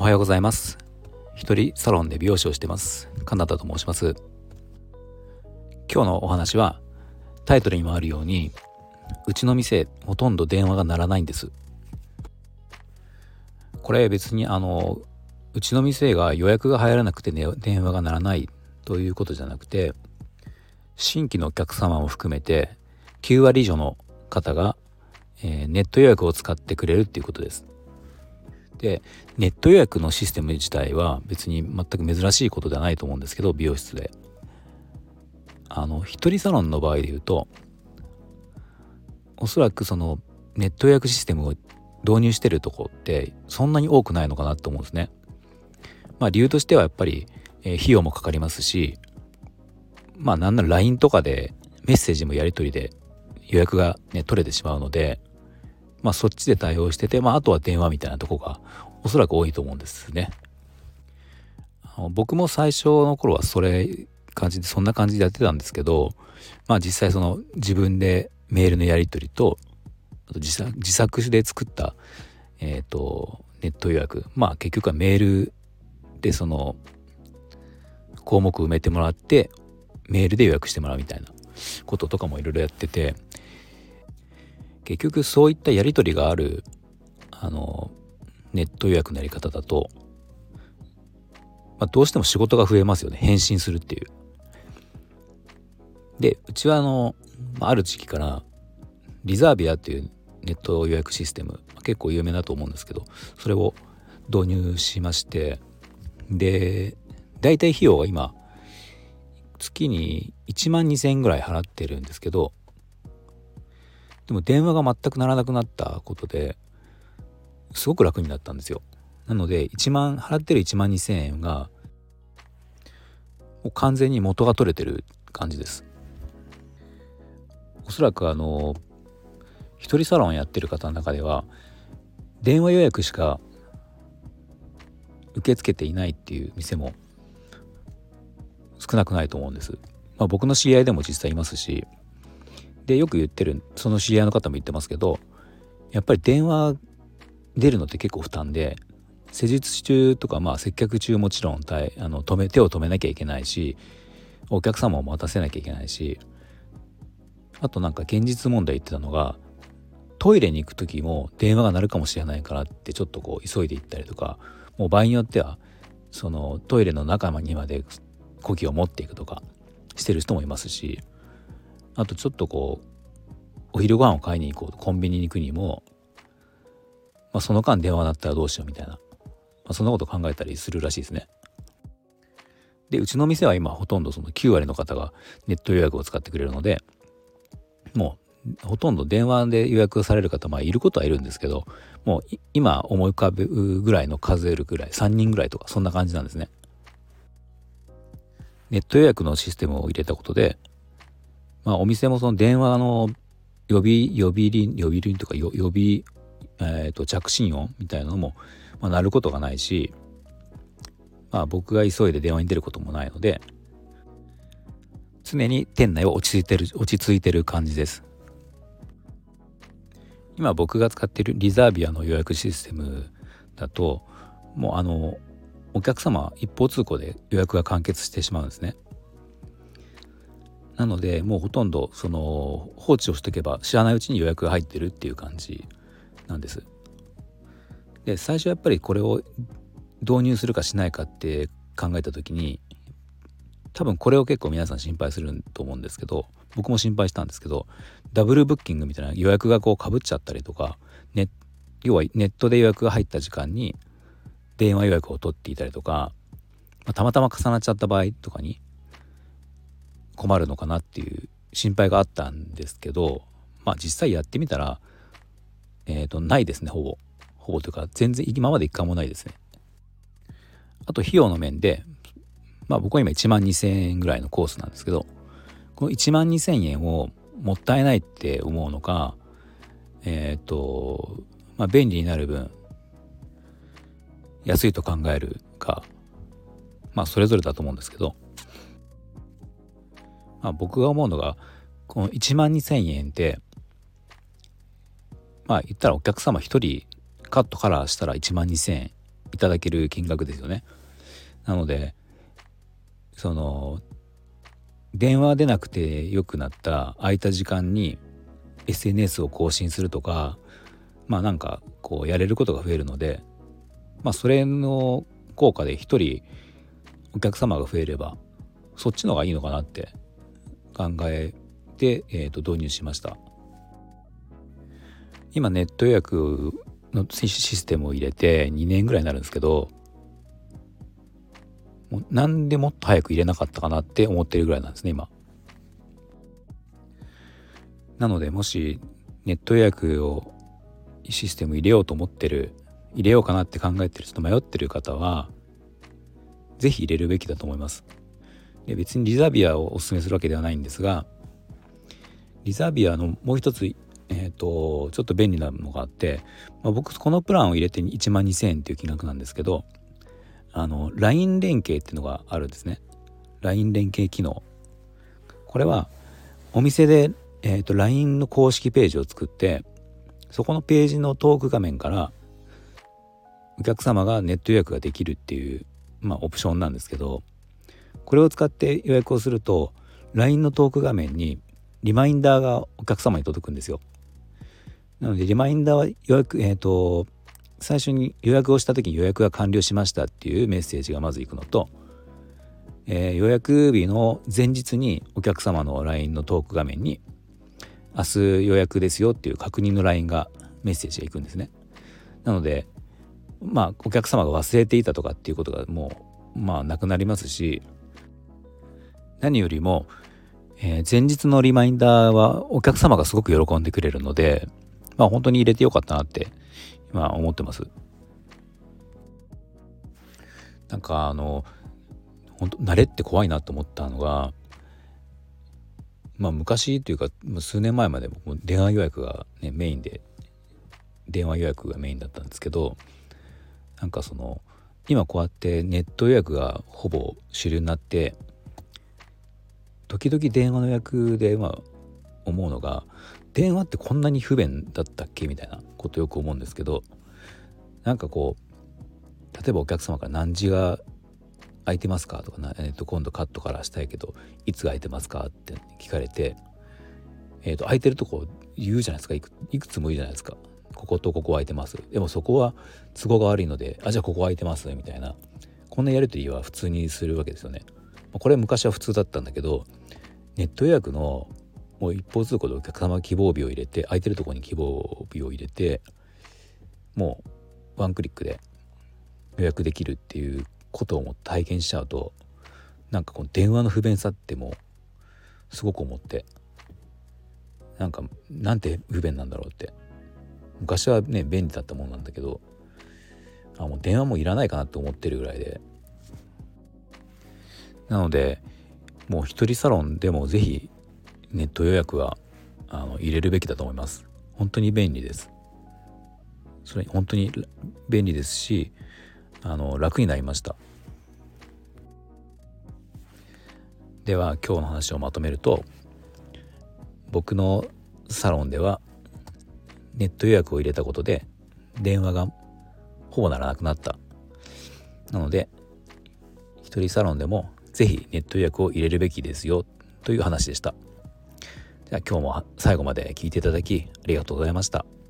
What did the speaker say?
おはようございます。一人サロンで美容師をしてます。カナダと申します。今日のお話はタイトルにもあるように、うちの店ほとんど電話が鳴らないんです。これ別にうちの店が予約が入らなくて、ね、電話が鳴らないということじゃなくて、新規のお客様も含めて9割以上の方が、ネット予約を使ってくれるっていうことです。で、ネット予約のシステム自体は別に全く珍しいことではないと思うんですけど、美容室で一人サロンの場合で言うと、おそらくそのネット予約システムを導入してるとこってそんなに多くないのかなと思うんですね。理由としてはやっぱり、費用もかかりますし、なんなら LINE とかでメッセージもやり取りで予約が、取れてしまうので、そっちで対応してて、あとは電話みたいなとこがおそらく多いと思うんですね。僕も最初の頃はそんな感じでやってたんですけど、実際その自分でメールのやり取りと、あと自作で作った、ネット予約、結局はメールでその項目を埋めてもらってメールで予約してもらうみたいなこととかもいろいろやってて、結局そういったやり取りがあるネット予約のやり方だと、どうしても仕事が増えますよね。返信するっていう。で、うちはある時期からリザービアっていうネット予約システム、結構有名だと思うんですけど、それを導入しまして、で、だいたい費用が今月に1万2,000円ぐらい払ってるんですけど、でも電話が全く鳴らなくなったことですごく楽になったんですよ。なので払ってる1万2,000円がもう完全に元が取れてる感じです。おそらく一人サロンやってる方の中では電話予約しか受け付けていないっていう店も少なくないと思うんです。僕の知り合いでも実際いますし、でよく言ってるその知り合いの方も言ってますけど、やっぱり電話出るのって結構負担で、施術中とか接客中もちろん手を止めなきゃいけないし、お客様を待たせなきゃいけないし、あと現実問題言ってたのが、トイレに行く時も電話が鳴るかもしれないからってちょっと急いで行ったりとか、もう場合によってはそのトイレの中にまで呼気を持っていくとかしてる人もいますし、あとちょっとお昼ご飯を買いに行こうとコンビニに行くにも、その間電話鳴ったらどうしようみたいな、そんなこと考えたりするらしいですね。で、うちの店は今ほとんどその9割の方がネット予約を使ってくれるので、もうほとんど電話で予約される方、いることはいるんですけど、もう今思い浮かぶぐらいの数えるぐらい3人ぐらいとかそんな感じなんですね。ネット予約のシステムを入れたことで、お店もその電話の呼び鈴とか着信音みたいなのも、鳴ることがないし、僕が急いで電話に出ることもないので、常に店内は落ち着いてる感じです。今僕が使っているリザービアの予約システムだと、もうお客様一方通行で予約が完結してしまうんですね。なのでもうほとんどその放置をしておけば知らないうちに予約が入ってるっていう感じなんです。で、最初やっぱりこれを導入するかしないかって考えた時に、多分これを結構皆さん心配すると思うんですけど、僕も心配したんですけど、ダブルブッキングみたいな予約が被っちゃったりとか、要はネットで予約が入った時間に電話予約を取っていたりとか、たまたま重なっちゃった場合とかに困るのかなっていう心配があったんですけど、実際やってみたらないですね。ほぼというか全然今まで一回もないですね。あと費用の面で、僕は今1万2,000円ぐらいのコースなんですけど、この1万2,000円をもったいないって思うのか、便利になる分安いと考えるか、それぞれだと思うんですけど、僕が思うのが、この1万2,000円って言ったらお客様1人カットからしたら1万2,000円いただける金額ですよね。なのでその電話でなくてよくなった空いた時間に SNS を更新するとか、なんかこうやれることが増えるので、それの効果で一人お客様が増えればそっちの方がいいのかなって考えて、導入しました。今ネット予約のシステムを入れて2年ぐらいになるんですけど、もうなんでもっと早く入れなかったかなって思ってるぐらいなんですね今。なのでもしネット予約をシステム入れようかなって考えてる、ちょっと迷ってる方はぜひ入れるべきだと思います。で別にリザビアをお勧めするわけではないんですが、リザビアのもう一つちょっと便利なのがあって、僕このプランを入れて12,000円っていう金額なんですけど、LINE 連携っていうのがあるんですね。 LINE 連携機能。これはお店で、LINE の公式ページを作って、そこのページのトーク画面からお客様がネット予約ができるっていう、オプションなんですけど、これを使って予約をすると LINE のトーク画面にリマインダーがお客様に届くんですよ。なのでリマインダーは予約、最初に予約をした時に予約が完了しましたっていうメッセージがまず行くのと、予約日の前日にお客様の LINE のトーク画面に明日予約ですよっていう確認の LINE がメッセージが行くんですね。なのでお客様が忘れていたとかっていうことがもうなくなりますし、何よりも、前日のリマインダーはお客様がすごく喜んでくれるので、本当に入れてよかったなって今思ってます。なんか本当慣れって怖いなと思ったのが、昔というか数年前までも電話予約が、メインで電話予約がメインだったんですけど、なんか今こうやってネット予約がほぼ主流になって、時々電話の予約で思うのが、電話ってこんなに不便だったっけみたいなことよく思うんですけど、なんかこう例えばお客様から何時が空いてますかとか今度カットからしたいけどいつ空いてますかって聞かれて、空いてるとこ言うじゃないですか。いくつも言うじゃないですか。こことここ空いてます。でもそこは都合が悪いので、じゃあここ空いてますみたいな、こんなやり取りは普通にするわけですよね。これ昔は普通だったんだけど、ネット予約のもう一方通行でお客様希望日を入れて、空いてるところに希望日を入れて、もうワンクリックで予約できるっていうことをも体験しちゃうと、なんかこの電話の不便さってもうすごく思って、なんて不便なんだろうって。昔はね便利だったもんなんだけど、もう電話もいらないかなって思ってるぐらいで、なのでもう一人サロンでもぜひネット予約は入れるべきだと思います。本当に便利です。それ本当に便利ですし、楽になりました。では今日の話をまとめると、僕のサロンではネット予約を入れたことで電話がほぼ鳴らなくなった。なので一人サロンでもぜひネット予約を入れるべきですよという話でした。じゃあ今日も最後まで聞いていただきありがとうございました。